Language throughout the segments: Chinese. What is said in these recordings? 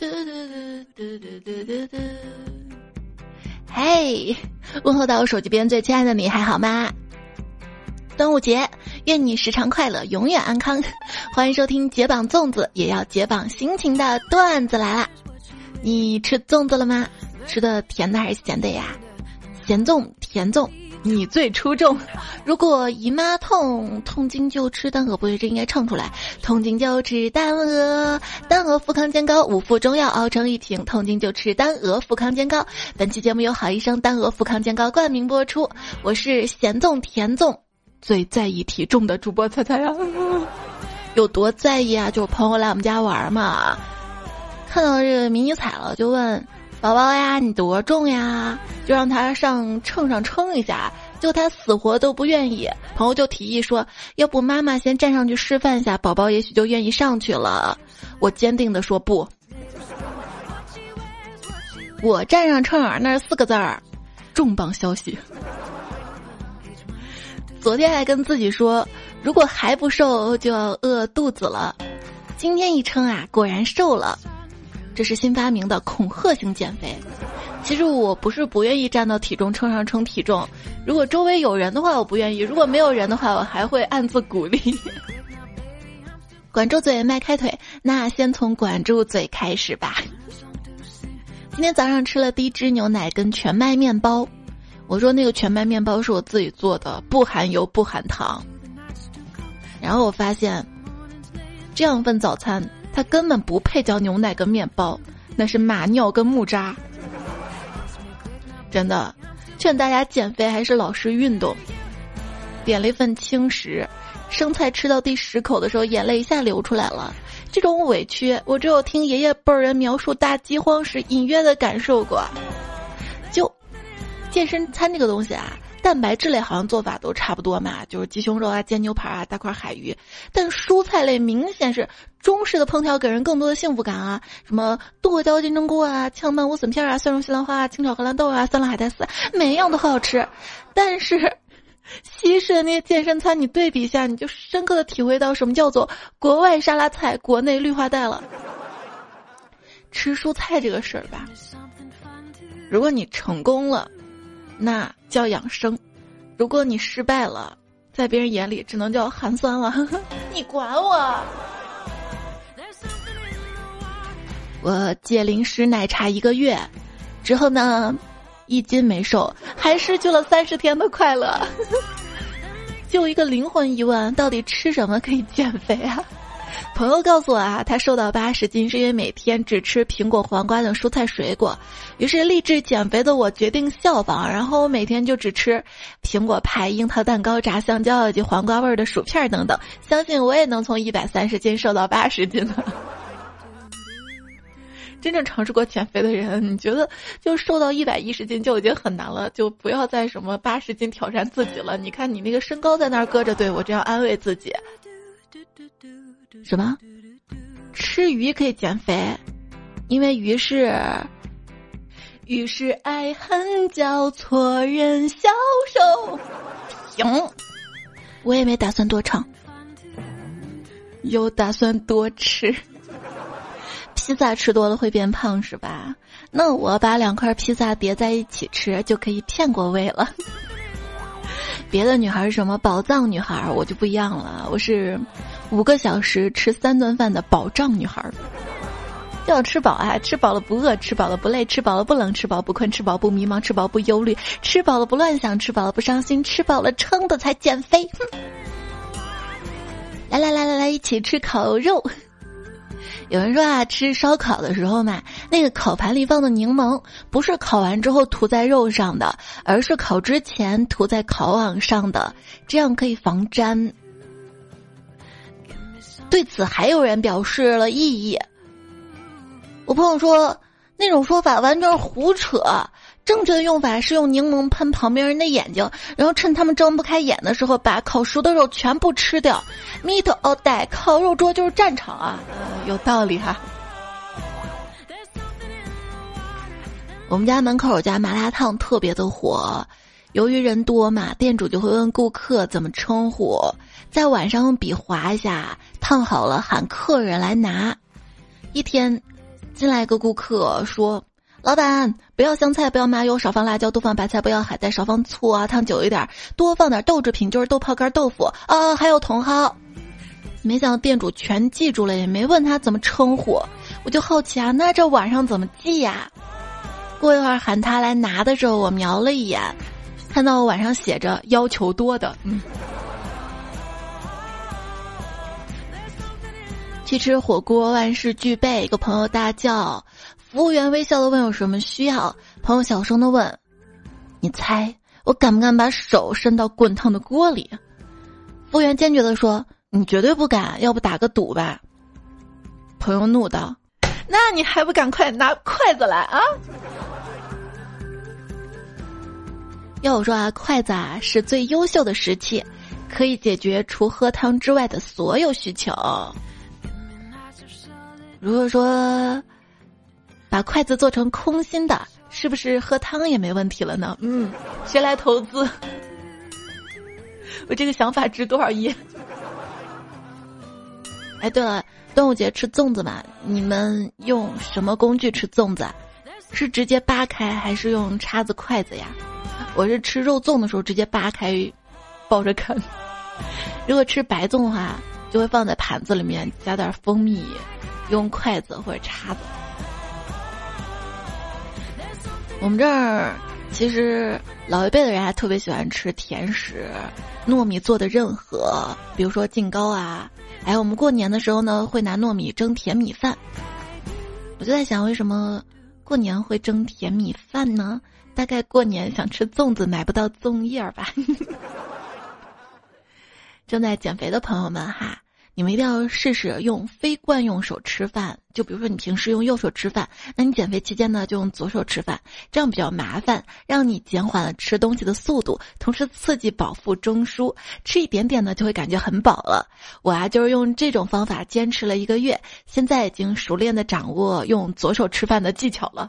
嘿，问候到我手机边最亲爱的你还好吗？端午节，愿你时常快乐，永远安康。欢迎收听解绑粽子也要解绑心情的段子来啦！你吃粽子了吗？吃的甜的还是咸的呀？咸粽、甜粽，你最出众。如果姨妈痛，痛经就吃丹鹅，不对，这应该唱出来。痛经就吃丹鹅，丹鹅复康健膏，5副中药熬成一瓶，痛经就吃丹鹅复康健膏。本期节目由好医生丹鹅复康健膏冠名播出。我是咸粽、甜粽最在意体重的主播菜菜呀。有多在意啊？就朋友来我们家玩嘛，看到这个迷你彩了，就问宝宝呀，你多重呀？就让他上秤上称一下，就他死活都不愿意。朋友就提议说，要不妈妈先站上去示范一下，宝宝也许就愿意上去了。我坚定地说不，我站上秤儿那4个字儿，重磅消息。昨天还跟自己说，如果还不瘦就要饿肚子了。今天一称啊，果然瘦了。这是新发明的恐吓性减肥。其实我不是不愿意站到体重秤上称体重，如果周围有人的话我不愿意，如果没有人的话我还会暗自鼓励。管住嘴迈开腿，那先从管住嘴开始吧。今天早上吃了低脂牛奶跟全麦面包，我说那个全麦面包是我自己做的，不含油不含糖。然后我发现这样份早餐它根本不配叫牛奶跟面包，那是马尿跟木渣。真的，劝大家减肥还是老实运动。点了一份轻食，生菜吃到第10口的时候，眼泪一下流出来了。这种委屈，我只有听爷爷辈儿人描述大饥荒时隐约的感受过。就健身餐这个东西啊，蛋白质类好像做法都差不多嘛，就是鸡胸肉啊、煎牛排啊、大块海鱼。但蔬菜类明显是中式的烹调给人更多的幸福感啊，什么剁椒金针菇啊、炝拌莴笋片啊、蒜蓉西兰花啊、清炒荷兰豆啊、酸辣海带丝，每一样都好好吃。但是西式的那些健身餐，你对比一下，你就深刻的体会到什么叫做国外沙拉菜，国内绿化带了。吃蔬菜这个事儿吧，如果你成功了，那叫养生；如果你失败了，在别人眼里只能叫寒酸了。你管我！我戒零食奶茶1个月之后呢，1斤没瘦，还失去了30天的快乐。就一个灵魂疑问，到底吃什么可以减肥啊？朋友告诉我啊，他瘦到80斤是因为每天只吃苹果、黄瓜等蔬菜水果。于是励志减肥的我决定效仿，然后每天就只吃苹果派、樱桃蛋糕、炸香蕉以及黄瓜味的薯片等等。相信我也能从130斤瘦到80斤的。真正尝试过减肥的人，你觉得就瘦到110斤就已经很难了，就不要再什么80斤挑战自己了。你看你那个身高在那儿搁着，对，我这样安慰自己。什么？吃鱼可以减肥？因为鱼是爱恨交错人消瘦。停！我也没打算多唱，有打算多吃。披萨吃多了会变胖是吧？那我把2块披萨叠在一起吃就可以骗过胃了。别的女孩是什么宝藏女孩，我就不一样了，我是5个小时吃3顿饭的保障女孩。要吃饱啊，吃饱了不饿，吃饱了不累，吃饱了不冷，吃饱不困，吃饱不迷茫，吃饱不忧虑，吃饱了不乱想，吃饱了不伤心，吃饱了撑的才减肥。来，一起吃烤肉。有人说啊，吃烧烤的时候嘛，那个烤盘里放的柠檬不是烤完之后涂在肉上的，而是烤之前涂在烤网上的，这样可以防粘。对此还有人表示了异议。我朋友说那种说法完全是胡扯，正确的用法是用柠檬喷旁边人的眼睛，然后趁他们睁不开眼的时候把烤熟的肉全部吃掉。 Meat all day， 烤肉桌就是战场啊。有道理哈。我们家门口有家麻辣烫特别的火，由于人多嘛，店主就会问顾客怎么称呼，在碗上用笔划一下，烫好了喊客人来拿。一天进来一个顾客说，老板不要香菜，不要麻油，少放辣椒，多放白菜，不要海带，少放醋啊，烫久一点，多放点豆制品，就是豆泡干豆腐啊，还有茼蒿。没想到店主全记住了，也没问他怎么称呼，我就好奇啊，那这晚上怎么记呀？过一会儿喊他来拿的时候，我瞄了一眼，看到我晚上写着要求多的，去吃火锅，万事俱备，一个朋友大叫，服务员微笑的问有什么需要，朋友小声的问，你猜我敢不敢把手伸到滚烫的锅里？服务员坚决的说，你绝对不敢，要不打个赌吧。朋友怒道，那你还不赶快拿筷子来啊！要我说啊，筷子啊是最优秀的食器，可以解决除喝汤之外的所有需求。如果说把筷子做成空心的，是不是喝汤也没问题了呢？谁来投资？我这个想法值多少亿？哎，对了，端午节吃粽子嘛，你们用什么工具吃粽子？是直接扒开还是用叉子筷子呀？我是吃肉粽的时候直接扒开抱着看。如果吃白粽的话，就会放在盘子里面加点蜂蜜，用筷子或者叉子。我们这儿其实老一辈的人还特别喜欢吃甜食，糯米做的任何，比如说劲糕啊，还有我们过年的时候呢会拿糯米蒸甜米饭。我就在想，为什么过年会蒸甜米饭呢？大概过年想吃粽子买不到粽叶吧。正在减肥的朋友们哈，你们一定要试试用非惯用手吃饭。就比如说你平时用右手吃饭，那你减肥期间呢就用左手吃饭，这样比较麻烦，让你减缓了吃东西的速度，同时刺激饱腹中枢，吃一点点呢就会感觉很饱了。我啊就是用这种方法坚持了1个月，现在已经熟练的掌握用左手吃饭的技巧了。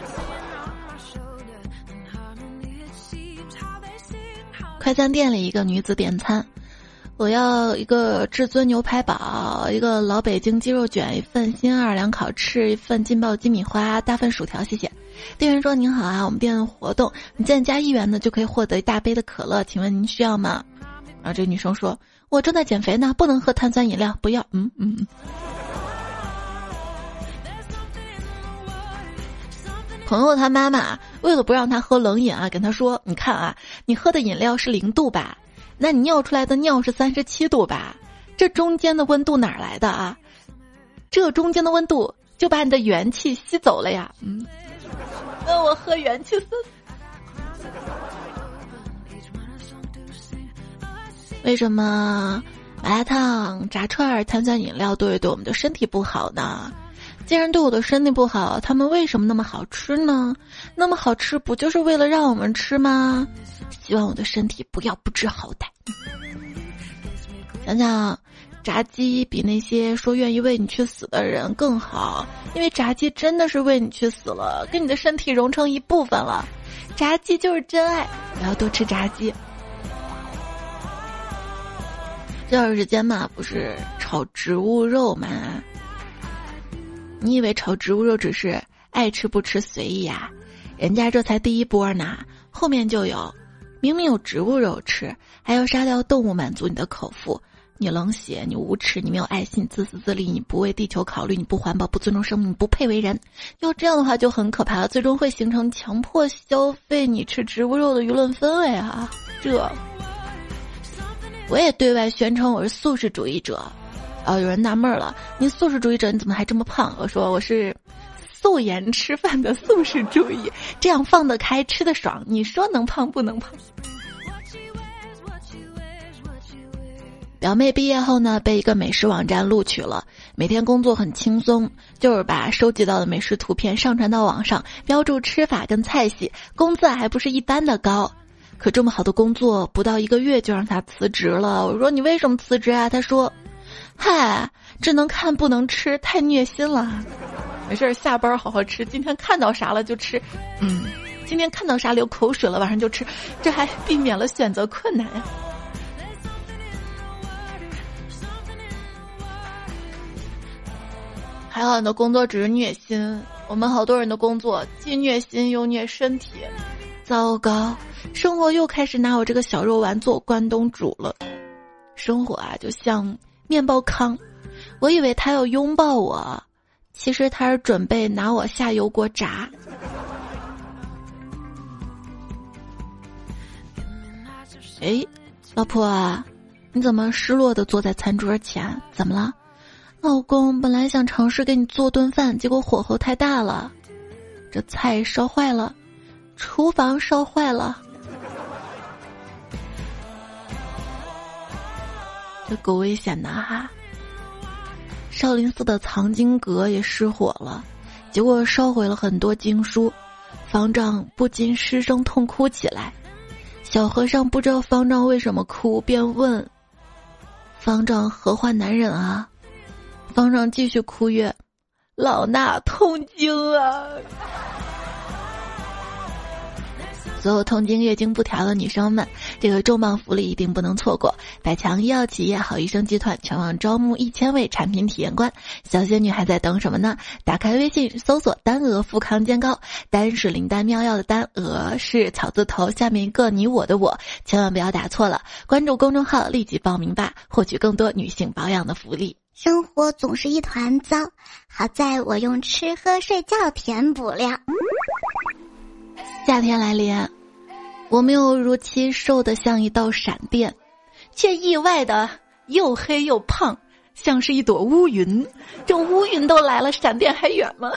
快餐店里一个女子点餐，我要一个至尊牛排堡，一个老北京鸡肉卷，一份新奥尔良烤翅，一份劲爆鸡米花，大份薯条，谢谢。店员说，您好啊，我们店活动，你现在加1元呢就可以获得一大杯的可乐，请问您需要吗？然后这女生说，我正在减肥呢，不能喝碳酸饮料，不要。朋友他妈妈为了不让他喝冷饮啊，跟他说，你看啊，你喝的饮料是0度吧，那你尿出来的尿是37度吧，这中间的温度哪儿来的啊？这中间的温度就把你的元气吸走了呀。那我喝元气森。为什么麻辣烫、炸串、碳酸饮料对我们的身体不好呢？既然对我的身体不好，他们为什么那么好吃呢？那么好吃不就是为了让我们吃吗？希望我的身体不要不知好歹。想想炸鸡比那些说愿意为你去死的人更好，因为炸鸡真的是为你去死了，跟你的身体融成一部分了。炸鸡就是真爱，我要多吃炸鸡。这段时间嘛，不是炒植物肉嘛？你以为炒植物肉只是爱吃不吃随意啊？人家这才第1波呢，后面就有明明有植物肉吃，还要杀掉动物满足你的口腹。你冷血，你无耻，你没有爱心，自私自利，你不为地球考虑，你不环保，不尊重生命，你不配为人。要这样的话就很可怕了，最终会形成强迫消费你吃植物肉的舆论氛围啊！我也对外宣称我是素食主义者。有人纳闷了，你素食主义者你怎么还这么胖？我说我是素颜吃饭的素食主义，这样放得开，吃得爽，你说能胖不能胖？表妹毕业后呢，被一个美食网站录取了，每天工作很轻松，就是把收集到的美食图片上传到网上，标注吃法跟菜系，工资还不是一般的高。可这么好的工作，不到1个月就让他辞职了。我说你为什么辞职啊？他说，嗨，只能看不能吃，太虐心了。没事，下班好好吃，今天看到啥了就吃。今天看到啥流口水了，晚上就吃，这还避免了选择困难呀。 还好你的工作只是虐心，我们好多人的工作既虐心又虐身体。糟糕，生活又开始拿我这个小肉丸做关东煮了。生活啊，就像面包糠，我以为他要拥抱我，其实他是准备拿我下油锅炸。哎，老婆啊，你怎么失落地坐在餐桌前？怎么了？老公本来想尝试给你做顿饭，结果火候太大了，这菜烧坏了，厨房烧坏了，这够危险的哈！少林寺的藏经阁也失火了，结果烧毁了很多经书，方丈不禁失声痛哭起来。小和尚不知道方丈为什么哭，便问方丈何患难忍啊？方丈继续哭曰：老衲痛经啊！所有痛经月经不调的女生们，这个重磅福利一定不能错过！百强医药企业好医生集团全网招募1000位产品体验官，小仙女还在等什么呢？打开微信搜索丹鹅富康健膏，丹是灵丹妙药的丹，鹅是草字头下面一个你我的我，千万不要打错了。关注公众号立即报名吧，获取更多女性保养的福利。 生活总是一团糟，好在我用吃喝睡觉填补了。 夏天来临，我没有如期瘦得像一道闪电，却意外的又黑又胖，像是一朵乌云。这乌云都来了，闪电还远吗？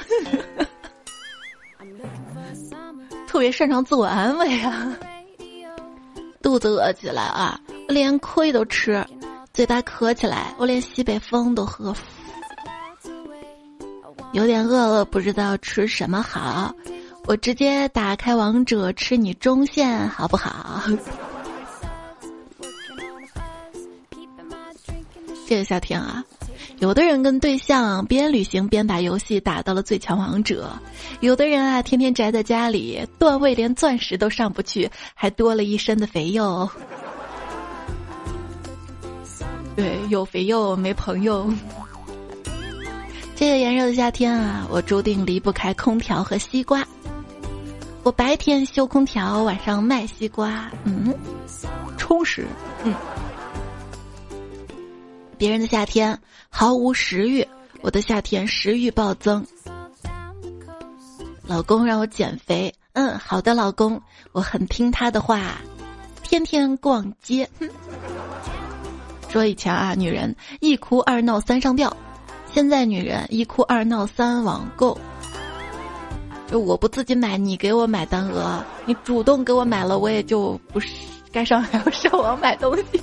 特别擅长自我安慰啊。肚子饿起来啊，我连亏都吃；嘴巴渴起来，我连西北风都喝。有点饿了，不知道吃什么好，我直接打开王者吃你中线好不好？这个夏天啊，有的人跟对象边旅行边把游戏打到了最强王者，有的人啊天天宅在家里，段位连钻石都上不去，还多了一身的肥肉。对，有肥肉没朋友。这个炎热的夏天啊，我注定离不开空调和西瓜。我白天修空调，晚上卖西瓜，充实。别人的夏天毫无食欲，我的夏天食欲暴增。老公让我减肥，好的老公，我很听他的话，天天逛街。说以前啊，女人一哭二闹三上吊，现在女人一哭二闹三网购。就我不自己买，你给我买单额，你主动给我买了，我也就不是该上还要上网买东西。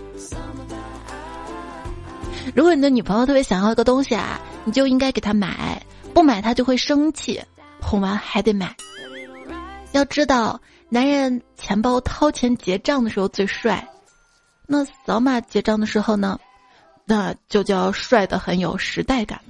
如果你的女朋友特别想要一个东西啊，你就应该给她买，不买她就会生气，哄完还得买。要知道，男人钱包掏钱结账的时候最帅，那扫码结账的时候呢，那就叫帅得很有时代感。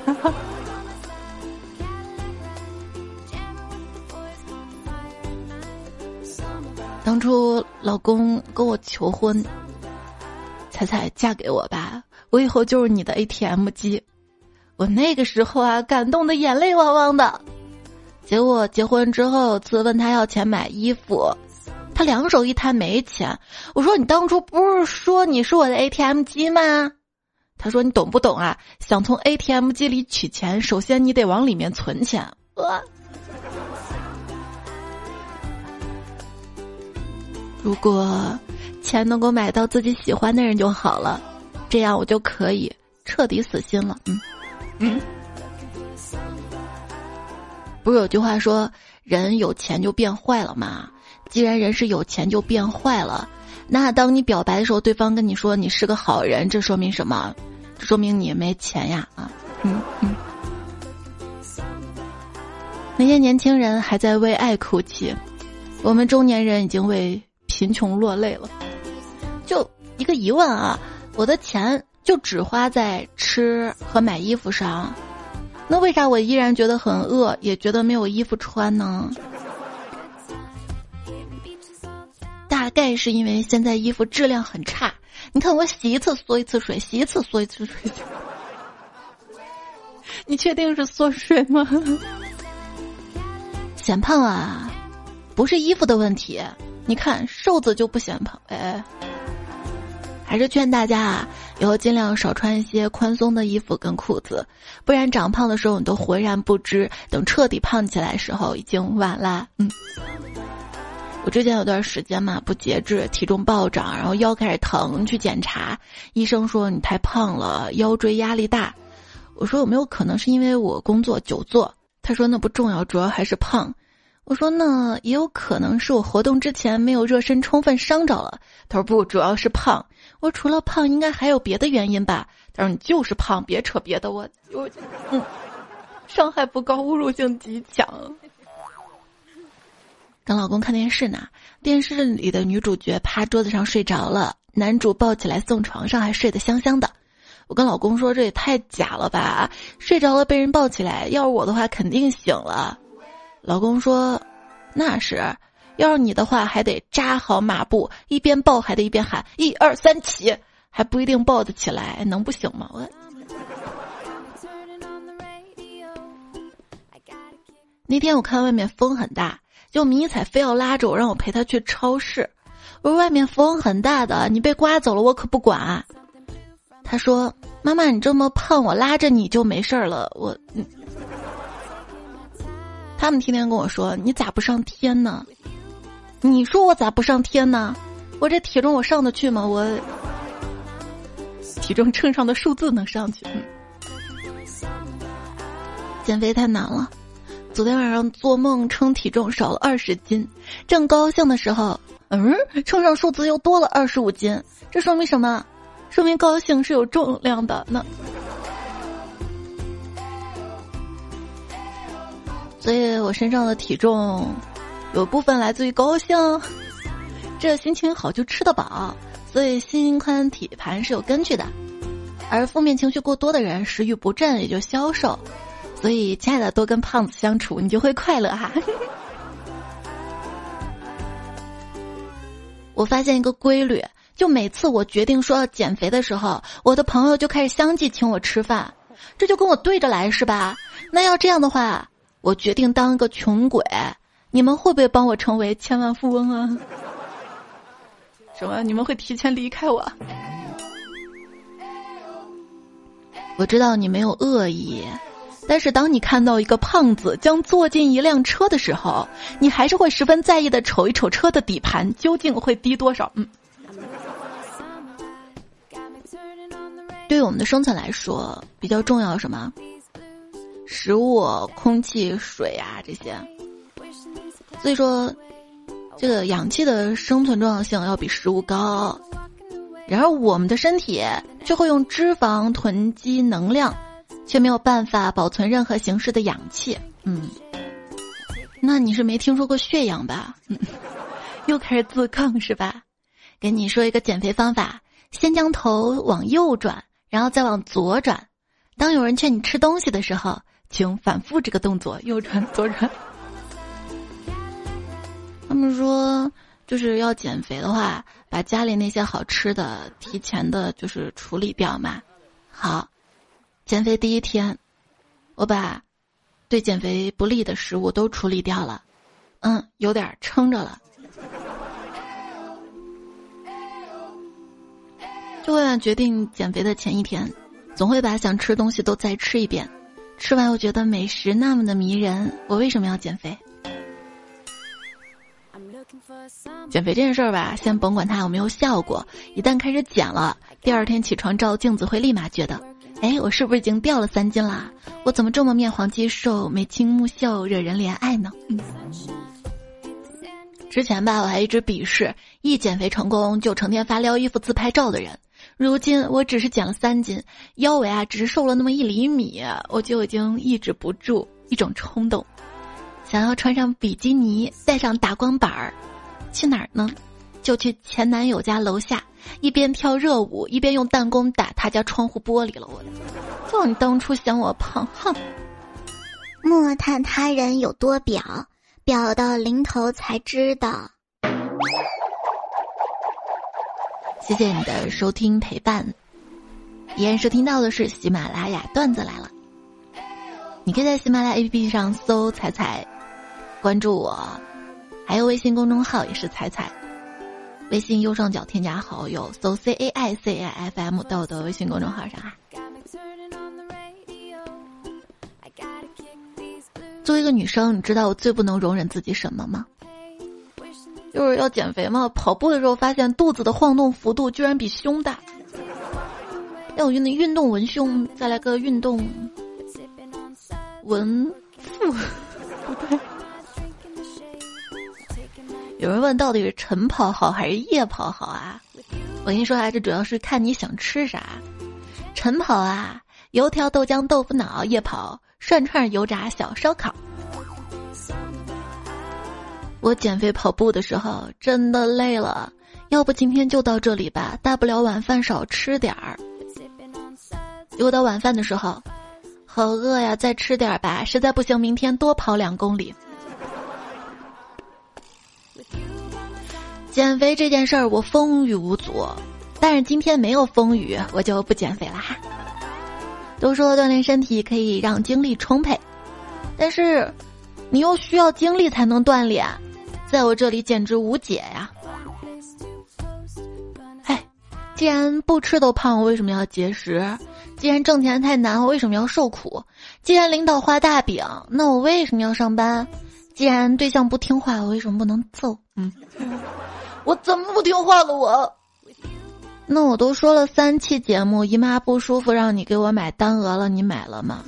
当初老公跟我求婚，彩彩嫁给我吧，我以后就是你的 ATM 机。我那个时候啊，感动的眼泪汪汪的。结果结婚之后，自问他要钱买衣服，他两手一摊没钱。我说你当初不是说你是我的 ATM 机吗？他说你懂不懂啊？想从 ATM 机里取钱，首先你得往里面存钱。如果钱能够买到自己喜欢的人就好了，这样我就可以彻底死心了。不是有句话说人有钱就变坏了吗？既然人是有钱就变坏了，那当你表白的时候，对方跟你说你是个好人，这说明什么？这说明你没钱呀！那些年轻人还在为爱哭泣，我们中年人已经为贫穷落泪了。就一个疑问啊，我的钱就只花在吃和买衣服上，那为啥我依然觉得很饿，也觉得没有衣服穿呢？大概是因为现在衣服质量很差，你看我洗一次缩一次水，洗一次缩一次水， 你确定是缩水吗？显胖啊，不是衣服的问题。你看瘦子就不显胖，还是劝大家啊，以后尽量少穿一些宽松的衣服跟裤子，不然长胖的时候你都浑然不知，等彻底胖起来的时候已经晚了。我之前有段时间嘛不节制，体重暴涨，然后腰开始疼，去检查，医生说你太胖了，腰椎压力大。我说有没有可能是因为我工作久坐？他说那不重要，主要还是胖。我说那也有可能是我活动之前没有热身充分伤着了。他说不，主要是胖。我除了胖应该还有别的原因吧？他说你就是胖，别扯别的。我伤害不高，侮辱性极强。跟老公看电视呢，电视里的女主角趴桌子上睡着了，男主抱起来送床上，还睡得香香的。我跟老公说这也太假了吧，睡着了被人抱起来，要是我的话肯定醒了。老公说那是，要是你的话还得扎好马步，一边抱还得一边喊1、2、3起，还不一定抱得起来，能不行吗？那天我看外面风很大，就迷彩非要拉着我让我陪他去超市。我说外面风很大的，你被刮走了我可不管。他说妈妈你这么胖，我拉着你就没事了。他们天天跟我说你咋不上天呢？你说我咋不上天呢？我这体重我上得去吗？我体重秤上的数字能上去。减肥太难了，昨天晚上做梦称体重少了20斤，正高兴的时候称上数字又多了25斤，这说明什么？说明高兴是有重量的呢。所以我身上的体重有部分来自于高兴，这心情好就吃得饱，所以心宽体盘是有根据的。而负面情绪过多的人食欲不振也就消瘦，所以亲爱的多跟胖子相处你就会快乐哈。我发现一个规律，就每次我决定说要减肥的时候，我的朋友就开始相继请我吃饭，这就跟我对着来是吧？那要这样的话，我决定当一个穷鬼，你们会不会帮我成为千万富翁啊？什么？你们会提前离开我？我知道你没有恶意，但是当你看到一个胖子将坐进一辆车的时候，你还是会十分在意的瞅一瞅车的底盘究竟会低多少。对于我们的生存来说，比较重要什么？食物、空气、水啊这些。所以说这个氧气的生存重要性要比食物高，然而我们的身体却会用脂肪囤积能量，却没有办法保存任何形式的氧气。那你是没听说过血氧吧？又开始自坑是吧？给你说一个减肥方法，先将头往右转，然后再往左转。当有人劝你吃东西的时候，请反复这个动作，右转左转。他们说就是要减肥的话，把家里那些好吃的提前的就是处理掉嘛。好，减肥第一天，我把对减肥不利的食物都处理掉了，有点撑着了。就会决定减肥的前一天，总会把想吃的东西都再吃一遍，吃完又觉得美食那么的迷人，我为什么要减肥？减肥这件事儿吧，先甭管它有没有效果，一旦开始减了，第二天起床照镜子会立马觉得，我是不是已经掉了3斤啦？我怎么这么面黄肌瘦、眉清目秀、惹人怜爱呢？之前吧，我还一直鄙视一减肥成功就成天发撩衣服自拍照的人，如今我只是减了3斤，腰围只是瘦了那么1厘米，我就已经抑制不住一种冲动，想要穿上比基尼，带上打光板儿，去哪儿呢？就去前男友家楼下，一边跳热舞，一边用弹弓打他家窗户玻璃了。就你当初嫌我胖，哼！ 莫叹他人有多表，表到临头才知道。 谢谢你的收听陪伴，依然收听到的是喜马拉雅段子来了。 你可以在喜马拉雅 APP 上搜彩彩，关注我，还有微信公众号也是彩彩，微信右上角添加好友，搜 CAICAIFM 到我的微信公众号上啊。作为一个女生，你知道我最不能容忍自己什么吗？就是要减肥嘛，跑步的时候发现肚子的晃动幅度居然比胸大。要有运动文胸，再来个运动文腹，不对。有人问到底是晨跑好还是夜跑好啊？我跟你说啊，这主要是看你想吃啥。晨跑啊，油条豆浆豆腐脑；夜跑，涮串油炸小烧烤。我减肥跑步的时候真的累了，要不今天就到这里吧，大不了晚饭少吃点儿。结果到晚饭的时候，好饿呀，再吃点吧，实在不行明天多跑2公里。减肥这件事儿我风雨无阻，但是今天没有风雨，我就不减肥啦。都说锻炼身体可以让精力充沛，但是你又需要精力才能锻炼，在我这里简直无解呀。哎，既然不吃都胖，我为什么要节食？既然挣钱太难，我为什么要受苦？既然领导画大饼，那我为什么要上班？既然对象不听话，我为什么不能揍？我怎么不听话了我？那我都说了3期节目，姨妈不舒服让你给我买单鹅了，你买了吗？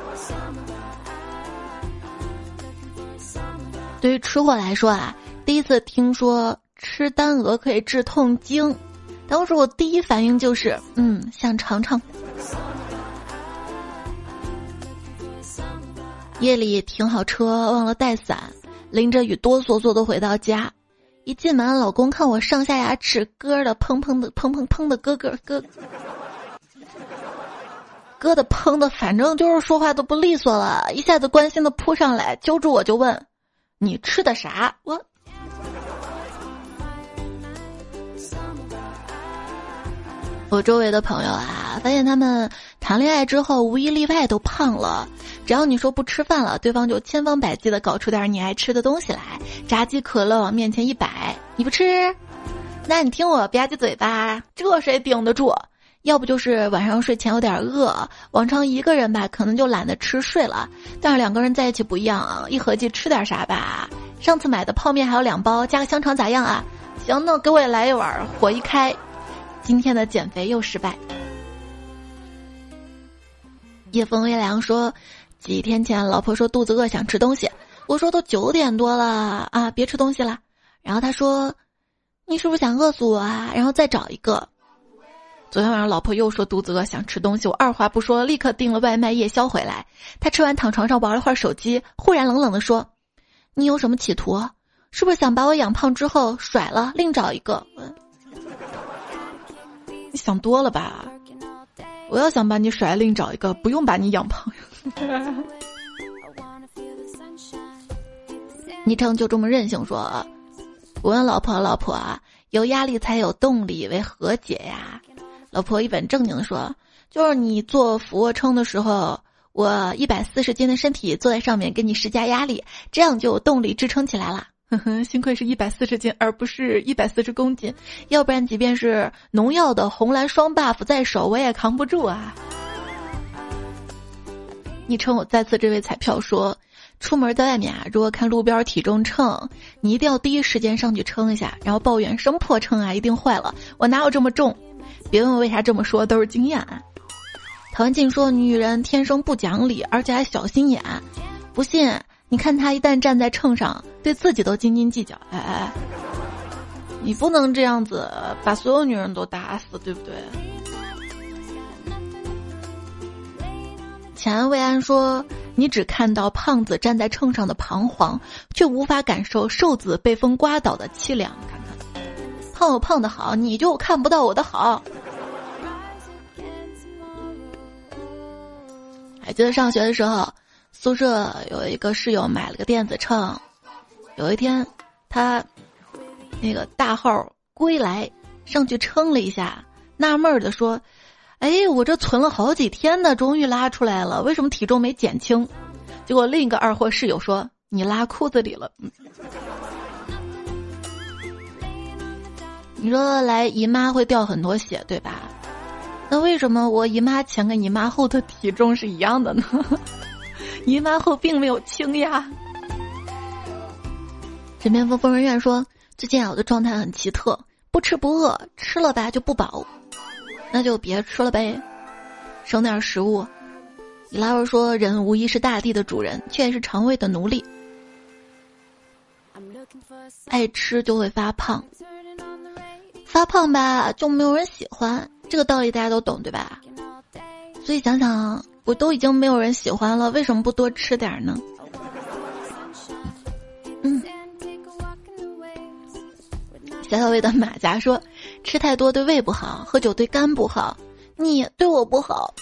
对于吃货来说啊，第一次听说吃单鹅可以治痛经，当时我第一反应就是想尝尝。夜里停好车忘了带伞，淋着雨哆嗦嗦的回到家，一进门老公看我上下牙齿咯的砰砰的砰砰砰的咯的砰的，反正就是说话都不利索了，一下子关心的扑上来揪住我就问，你吃的啥？我周围的朋友啊，发现他们谈恋爱之后无一例外都胖了，只要你说不吃饭了，对方就千方百计的搞出点你爱吃的东西来，炸鸡可乐往面前一摆，你不吃，那你听我吧唧嘴巴，这谁顶得住？要不就是晚上睡前有点饿，往常一个人吧可能就懒得吃睡了，但是2个人在一起不一样，一合计吃点啥吧，上次买的泡面还有2包，加个香肠咋样啊？行，那给我也来一碗，火一开，今天的减肥又失败。夜风微凉说，几天前老婆说肚子饿想吃东西，我说都9点多了啊，别吃东西了。然后他说，你是不是想饿死我啊？然后再找一个。昨天晚上老婆又说肚子饿想吃东西，我二话不说立刻订了外卖夜宵回来。他吃完躺床上玩了会儿手机，忽然冷冷地说，你有什么企图？是不是想把我养胖之后甩了另找一个？你想多了吧，我要想把你甩另找一个，不用把你养胖。昵称就这么任性说，我问老婆啊，有压力才有动力，为何解呀？老婆一本正经的说，就是你做俯卧撑的时候，我140斤的身体坐在上面给你施加压力，这样就有动力支撑起来了。幸亏是140斤而不是140公斤，要不然即便是农药的红蓝双 buff 在手我也扛不住啊。昵称我再次这位彩票说，出门在外面啊，如果看路边体重秤，你一定要第一时间上去称一下，然后抱怨什么破秤啊，一定坏了，我哪有这么重？别问我为啥这么说，都是经验啊。陶文静说，女人天生不讲理，而且还小心眼，不信你看她一旦站在秤上，对自己都斤斤计较。你不能这样子把所有女人都打死，对不对？浅安未安说，你只看到胖子站在秤上的彷徨，却无法感受瘦子被风刮倒的凄凉。看看胖有胖的好，你就看不到我的好。还记得上学的时候，宿舍有一个室友买了个电子秤，有一天他那个大号归来上去称了一下，纳闷的说，我这存了好几天呢，终于拉出来了，为什么体重没减轻？ 结果另一个二货室友说你拉裤子里了。你说来姨妈会掉很多血对吧？那为什么我姨妈前跟姨妈后的体重是一样的呢？姨妈后并没有轻呀。枕边风疯人院说，最近我的状态很奇特，不吃不饿，吃了吧就不饱，那就别吃了呗，省点食物。伊拉尔说，人无疑是大地的主人，却也是肠胃的奴隶，爱吃就会发胖，发胖吧就没有人喜欢，这个道理大家都懂对吧？所以想想，我都已经没有人喜欢了，为什么不多吃点呢？小小味的马甲说，吃太多对胃不好，喝酒对肝不好，你对我不好。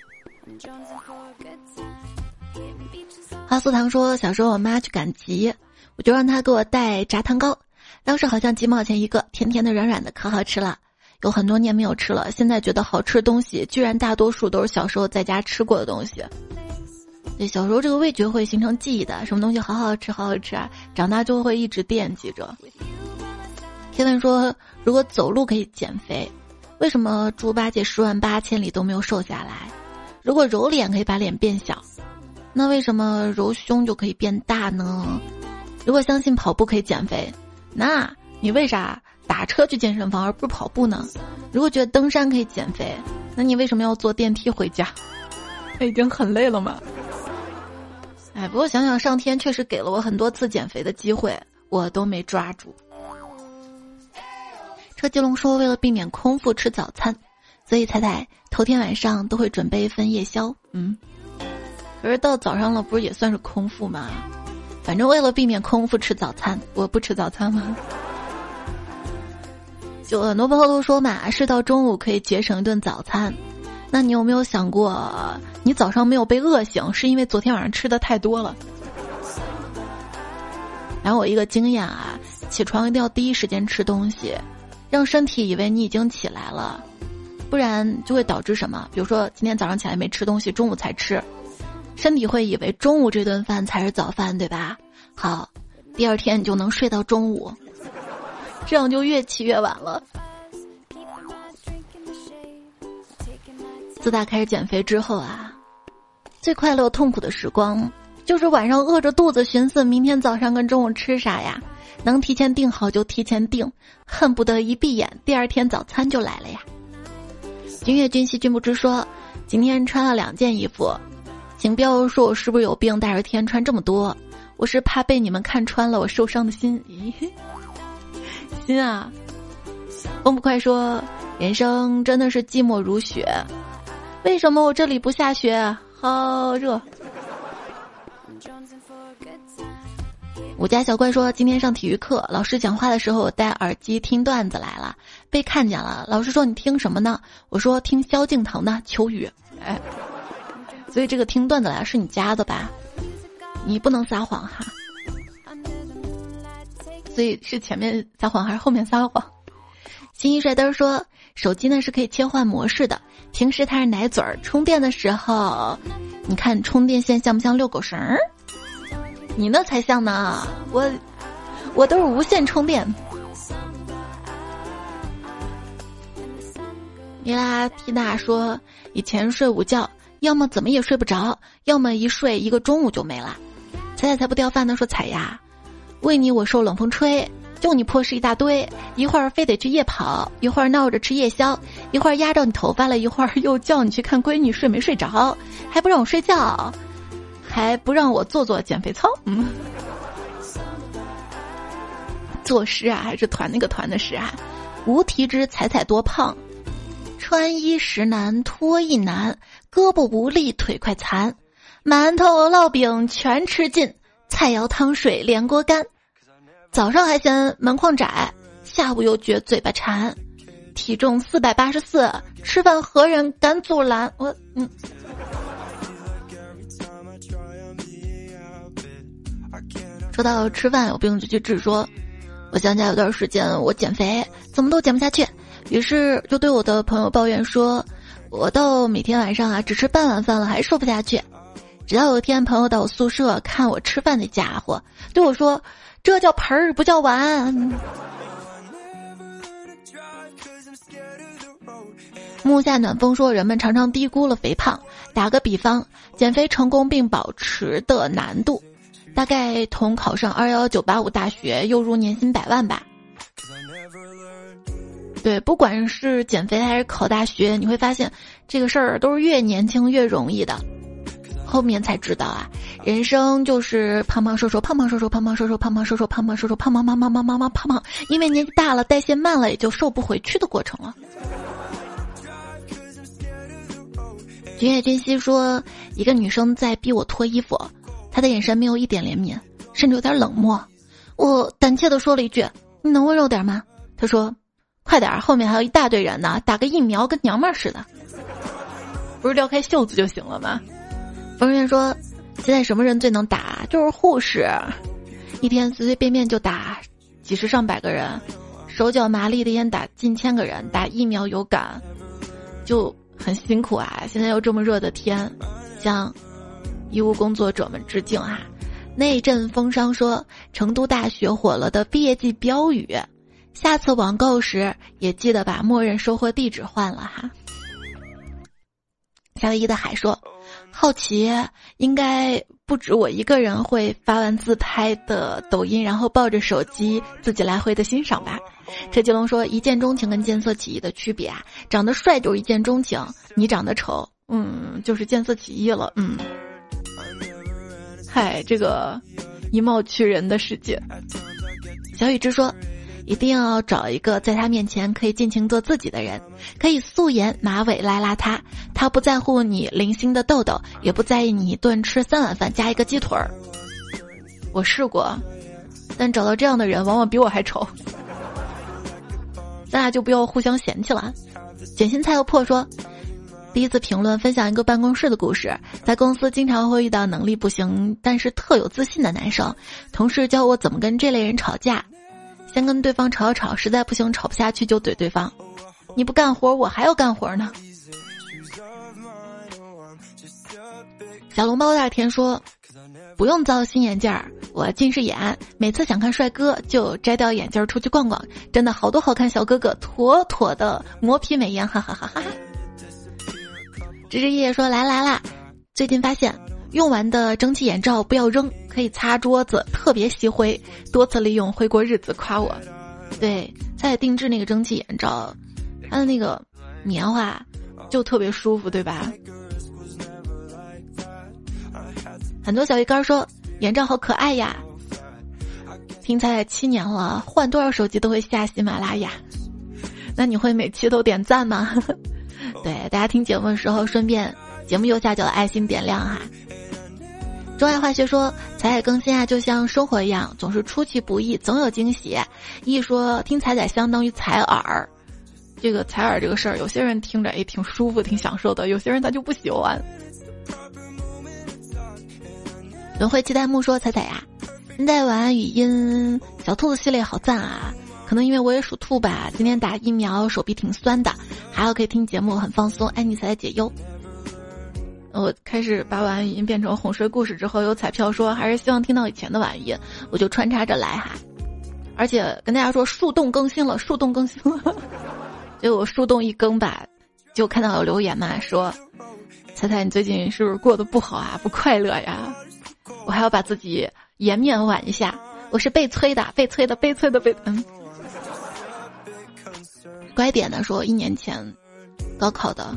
花素堂说，小时候我妈去赶集，我就让她给我带炸蛋糕，当时好像几毛钱一个，甜甜的软软的，可好吃了，有很多年没有吃了，现在觉得好吃的东西居然大多数都是小时候在家吃过的东西。对，小时候这个味觉会形成记忆的，什么东西好好吃好好吃啊，长大就会一直惦记着。天文说，如果走路可以减肥，为什么猪八戒10万8千里都没有瘦下来？如果揉脸可以把脸变小，那为什么揉胸就可以变大呢？如果相信跑步可以减肥，那你为啥打车去健身房而不是跑步呢？如果觉得登山可以减肥，那你为什么要坐电梯回家？已经很累了嘛。不过想想上天确实给了我很多次减肥的机会，我都没抓住。车吉龙说，为了避免空腹吃早餐，所以彩彩头天晚上都会准备一份夜宵。可是到早上了不是也算是空腹吗？反正为了避免空腹吃早餐，我不吃早餐吗？就很多朋友都说嘛，睡到中午可以节省一顿早餐，那你有没有想过你早上没有被饿醒是因为昨天晚上吃的太多了？然后我一个经验啊，起床一定要第一时间吃东西，让身体以为你已经起来了，不然就会导致什么？比如说今天早上起来没吃东西，中午才吃，身体会以为中午这顿饭才是早饭，对吧？好，第二天你就能睡到中午，这样就越起越晚了。自打开始减肥之后啊，最快乐痛苦的时光就是晚上饿着肚子寻思明天早上跟中午吃啥呀，能提前订好就提前订，恨不得一闭眼第二天早餐就来了呀。君越君兮君不知说，今天穿了2件衣服，请不要说我是不是有病大热天穿这么多，我是怕被你们看穿了我受伤的心。心啊。风不快说，人生真的是寂寞如雪，为什么我这里不下雪？好热。我家小怪说，今天上体育课，老师讲话的时候我戴耳机听段子来了，被看见了，老师说你听什么呢？我说听萧敬腾的《秋雨》。所以这个听段子来是你家的吧？你不能撒谎哈。所以是前面撒谎还是后面撒谎？新一帅灯说，手机呢是可以切换模式的，平时它是奶嘴儿，充电的时候你看充电线像不像遛狗绳儿？你那才像呢，我都是无线充电。米拉缇娜说，以前睡午觉要么怎么也睡不着，要么一睡一个中午就没了。彩彩才不掉饭呢，说彩呀，为你我受冷风吹，就你破事一大堆，一会儿非得去夜跑，一会儿闹着吃夜宵，一会儿压着你头发了，一会儿又叫你去看闺女睡没睡着，还不让我睡觉，还不让我做减肥操。作诗啊，还是团那个团的诗啊？无题之彩彩多胖，穿衣时难脱衣难，胳膊无力腿快残，馒头烙饼全吃尽，菜肴汤水连锅干。早上还嫌门框窄，下午又觉嘴巴馋，体重484，吃饭何人敢阻拦？说到吃饭有病就去治，说我想起来有段时间我减肥怎么都减不下去，于是就对我的朋友抱怨说，我到每天晚上啊只吃半碗饭了还瘦不下去。 直到有一天朋友到我宿舍看我吃饭，那家伙对我说，这叫盆儿不叫碗。木下暖风说，人们常常低估了肥胖。打个比方，减肥成功并保持的难度大概同考上211-985大学又入年薪100万吧。对，不管是减肥还是考大学，你会发现这个事儿都是越年轻越容易的。后面才知道啊，人生就是胖胖瘦瘦，胖胖瘦瘦，胖胖瘦瘦，胖胖瘦瘦，胖胖瘦瘦，胖胖胖胖胖胖胖胖胖，因为年纪大了，代谢慢了，也就瘦不回去的过程了。君夜君熙说，一个女生在逼我脱衣服，她的眼神没有一点怜悯，甚至有点冷漠。我胆怯地说了一句，你能温柔点吗？她说，快点，后面还有一大堆人呢，打个疫苗跟娘们儿似的。不是撩开袖子就行了吗？冯院说，现在什么人最能打？就是护士，一天随随便便就打几十上百个人，手脚麻利的烟打近千个人，打疫苗有感，就很辛苦啊。现在又这么热的天，向医务工作者们致敬啊。内阵风商说，成都大学火了的毕业季标语，下次网购时也记得把默认收货地址换了哈。夏威夷的海说，好奇应该不止我一个人会发完自拍的抖音，然后抱着手机自己来回的欣赏吧。车继龙说，一见钟情跟见色起意的区别啊，长得帅就是一见钟情，你长得丑，就是见色起意了。嗨，这个以貌取人的世界。小雨之说，一定要找一个在他面前可以尽情做自己的人，可以素颜马尾邋邋遢，他不在乎你零星的痘痘，也不在意你一顿吃3碗饭加一个鸡腿儿。我试过，但找到这样的人往往比我还丑，咱俩就不要互相嫌弃了。卷心菜又破说，第一次评论分享一个办公室的故事，在公司经常会遇到能力不行但是特有自信的男生，同事教我怎么跟这类人吵架，先跟对方吵吵，实在不行吵不下去就怼对方，你不干活我还要干活呢。小笼包大田说，不用造新眼镜儿，我近视眼，每次想看帅哥就摘掉眼镜出去逛逛，真的好多好看小哥哥妥妥的磨皮美颜，哈哈哈哈。芝芝爷爷说，来啦，最近发现用完的蒸汽眼罩不要扔，可以擦桌子，特别吸灰，多次利用会过日子，夸我。对，在定制那个蒸汽眼罩，它的那个棉花就特别舒服，对吧？很多小鱼干说，眼罩好可爱呀，听彩彩7年了，换多少手机都会下喜马拉雅，那你会每期都点赞吗？对，大家听节目的时候顺便节目右下角的爱心点亮哈。中爱化学说，彩彩更新啊就像生活一样，总是出其不意，总有惊喜。一说听彩彩相当于采耳，这个采耳这个事儿，有些人听着也挺舒服挺享受的，有些人他就不喜欢。轮回期待木说，彩彩呀，现在玩语音小兔子系列好赞啊，可能因为我也属兔吧，今天打疫苗手臂挺酸的，还好可以听节目很放松，爱你彩彩解忧。我开始把晚安语音变成哄睡故事之后，有彩票说还是希望听到以前的晚音，我就穿插着来哈。而且跟大家说树洞更新了，树洞更新了，结果我树洞一更吧，就看到有留言嘛，说彩彩你最近是不是过得不好啊，不快乐呀？我还要把自己颜面挽一下，我是被催的。乖点的说，1年前高考的，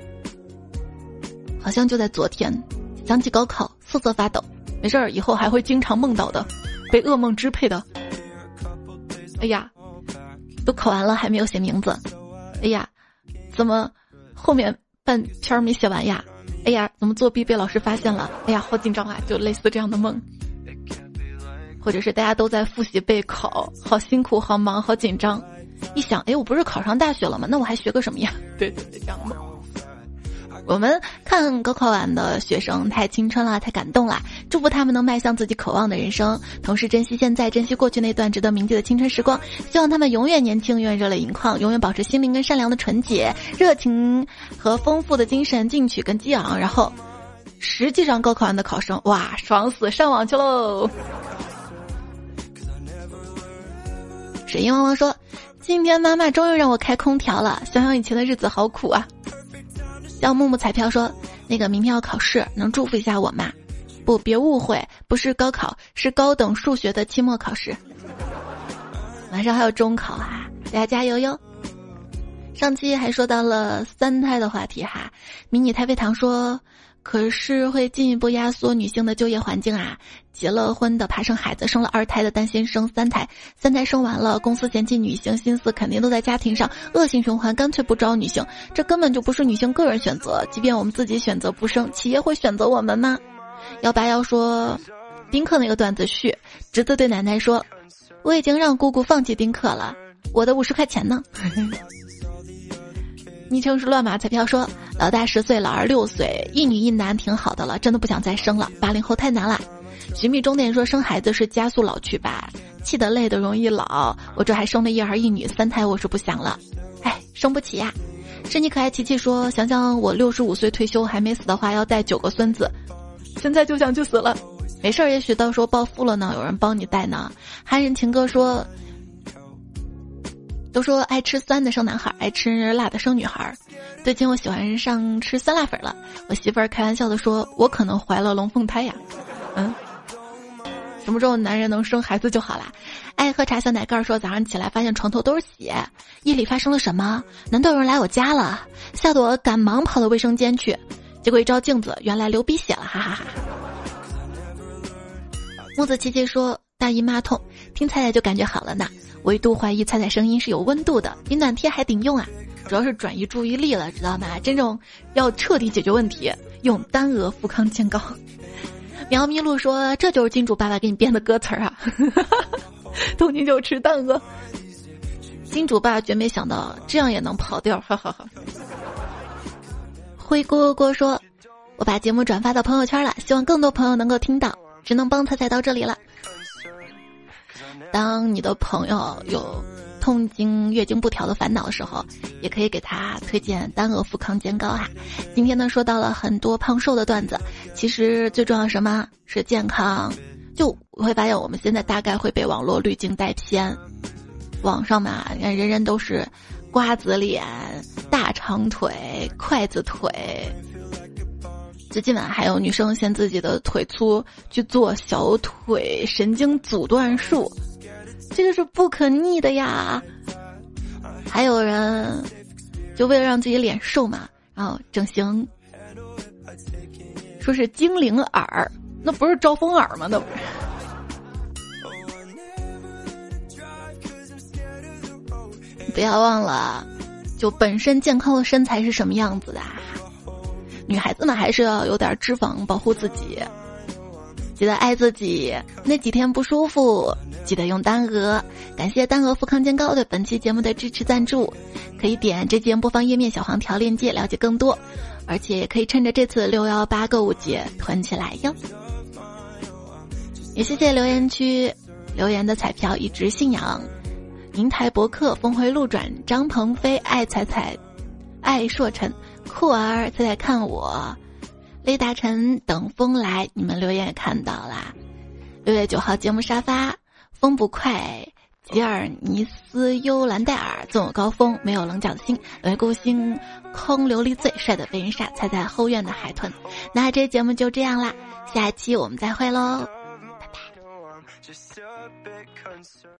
好像就在昨天，想起高考瑟瑟发抖，没事儿，以后还会经常梦到的，被噩梦支配的。哎呀，都考完了还没有写名字，哎呀，怎么后面半篇没写完呀？哎呀，怎么作弊被老师发现了？哎呀，好紧张啊！就类似这样的梦，或者是大家都在复习备考，好辛苦，好忙，好紧张。一想，哎，我不是考上大学了吗？那我还学个什么呀？对，这样的梦。我们看高考完的学生太青春了，太感动了，祝福他们能迈向自己渴望的人生，同时珍惜现在，珍惜过去那段值得铭记的青春时光，希望他们永远年轻，永远热泪盈眶，永远保持心灵跟善良的纯洁，热情和丰富的精神进取跟激昂，然后实际上高考完的考生，哇，爽死，上网去喽。水银汪汪说，今天妈妈终于让我开空调了，想想以前的日子好苦啊。叫木木彩票说，那个明天要考试，能祝福一下我吗？不，别误会，不是高考，是高等数学的期末考试。晚上还有中考啊，大家加油哟。上期还说到了3胎的话题哈，迷你太妃糖说，可是会进一步压缩女性的就业环境啊。结了婚的怕生孩子，生了2胎的担心生3胎，3胎生完了公司嫌弃女性，心思肯定都在家庭上，恶性循环，干脆不招女性。这根本就不是女性个人选择，即便我们自己选择不生，企业会选择我们吗？181说，丁克那个段子续，侄子对奶奶说，我已经让姑姑放弃丁克了，我的50块钱呢？昵称是乱码彩票说，老大10岁，老二6岁，一女一男挺好的了，真的不想再生了，80后太难了。寻觅终点说，生孩子是加速老去吧，气得累得容易老，我这还生了1儿1女3胎，我是不想了，哎，生不起呀。是你可爱琪琪说，想想我65岁退休还没死的话，要带9个孙子，现在就想去死了。没事儿，也许到时候暴富了呢，有人帮你带呢。韩人情歌说，都说爱吃酸的生男孩，爱吃辣的生女孩。最近我喜欢上吃酸辣粉了，我媳妇儿开玩笑的说，我可能怀了龙凤胎呀。什么时候男人能生孩子就好啦。爱喝茶小奶盖说，早上起来发现床头都是血，夜里发生了什么？难道有人来我家了？吓得我赶忙跑到卫生间去，结果一照镜子，原来流鼻血了，哈哈哈。木子琪琪说，大姨妈痛，听彩彩就感觉好了呢。我一度怀疑彩彩声音是有温度的，比暖贴还顶用啊！主要是转移注意力了，知道吗？真正要彻底解决问题，用丹鹅富康健膏。苗咪露说，这就是金主爸爸给你编的歌词啊！痛经就吃蛋鹅。金主爸绝没想到这样也能跑调，哈哈哈。灰锅锅说，我把节目转发到朋友圈了，希望更多朋友能够听到，只能帮彩彩到这里了。当你的朋友有痛经、月经不调的烦恼的时候，也可以给他推荐丹鹅富康健膏哈。今天呢，说到了很多胖瘦的段子，其实最重要什么是健康？就会发现我们现在大概会被网络滤镜带偏，网上嘛，人人都是瓜子脸、大长腿、筷子腿。最近还有女生嫌自己的腿粗去做小腿神经阻断术，这个是不可逆的呀。还有人就为了让自己脸瘦嘛，然后整形，说是精灵耳，那不是招风耳吗？那不是。不要忘了，就本身健康的身材是什么样子的。女孩子嘛，还是要有点脂肪保护自己，记得爱自己。那几天不舒服，记得用丹鹅。感谢丹鹅富康健膏对本期节目的支持赞助，可以点这节目播放页面小黄条链接了解更多，而且也可以趁着这次618购物节囤起来哟。也谢谢留言区留言的彩票一直信仰、银台博客、峰回路转、张鹏飞、爱彩彩、爱硕晨、酷儿再来看我、雷达晨等风来，你们留言也看到啦。6月9号节目沙发，风不快，吉尔尼斯幽兰戴尔，纵有高峰，没有棱角的心，有孤星空琉璃最帅的被人杀，猜在后院的海豚。那这节目就这样啦，下期我们再会喽，拜拜。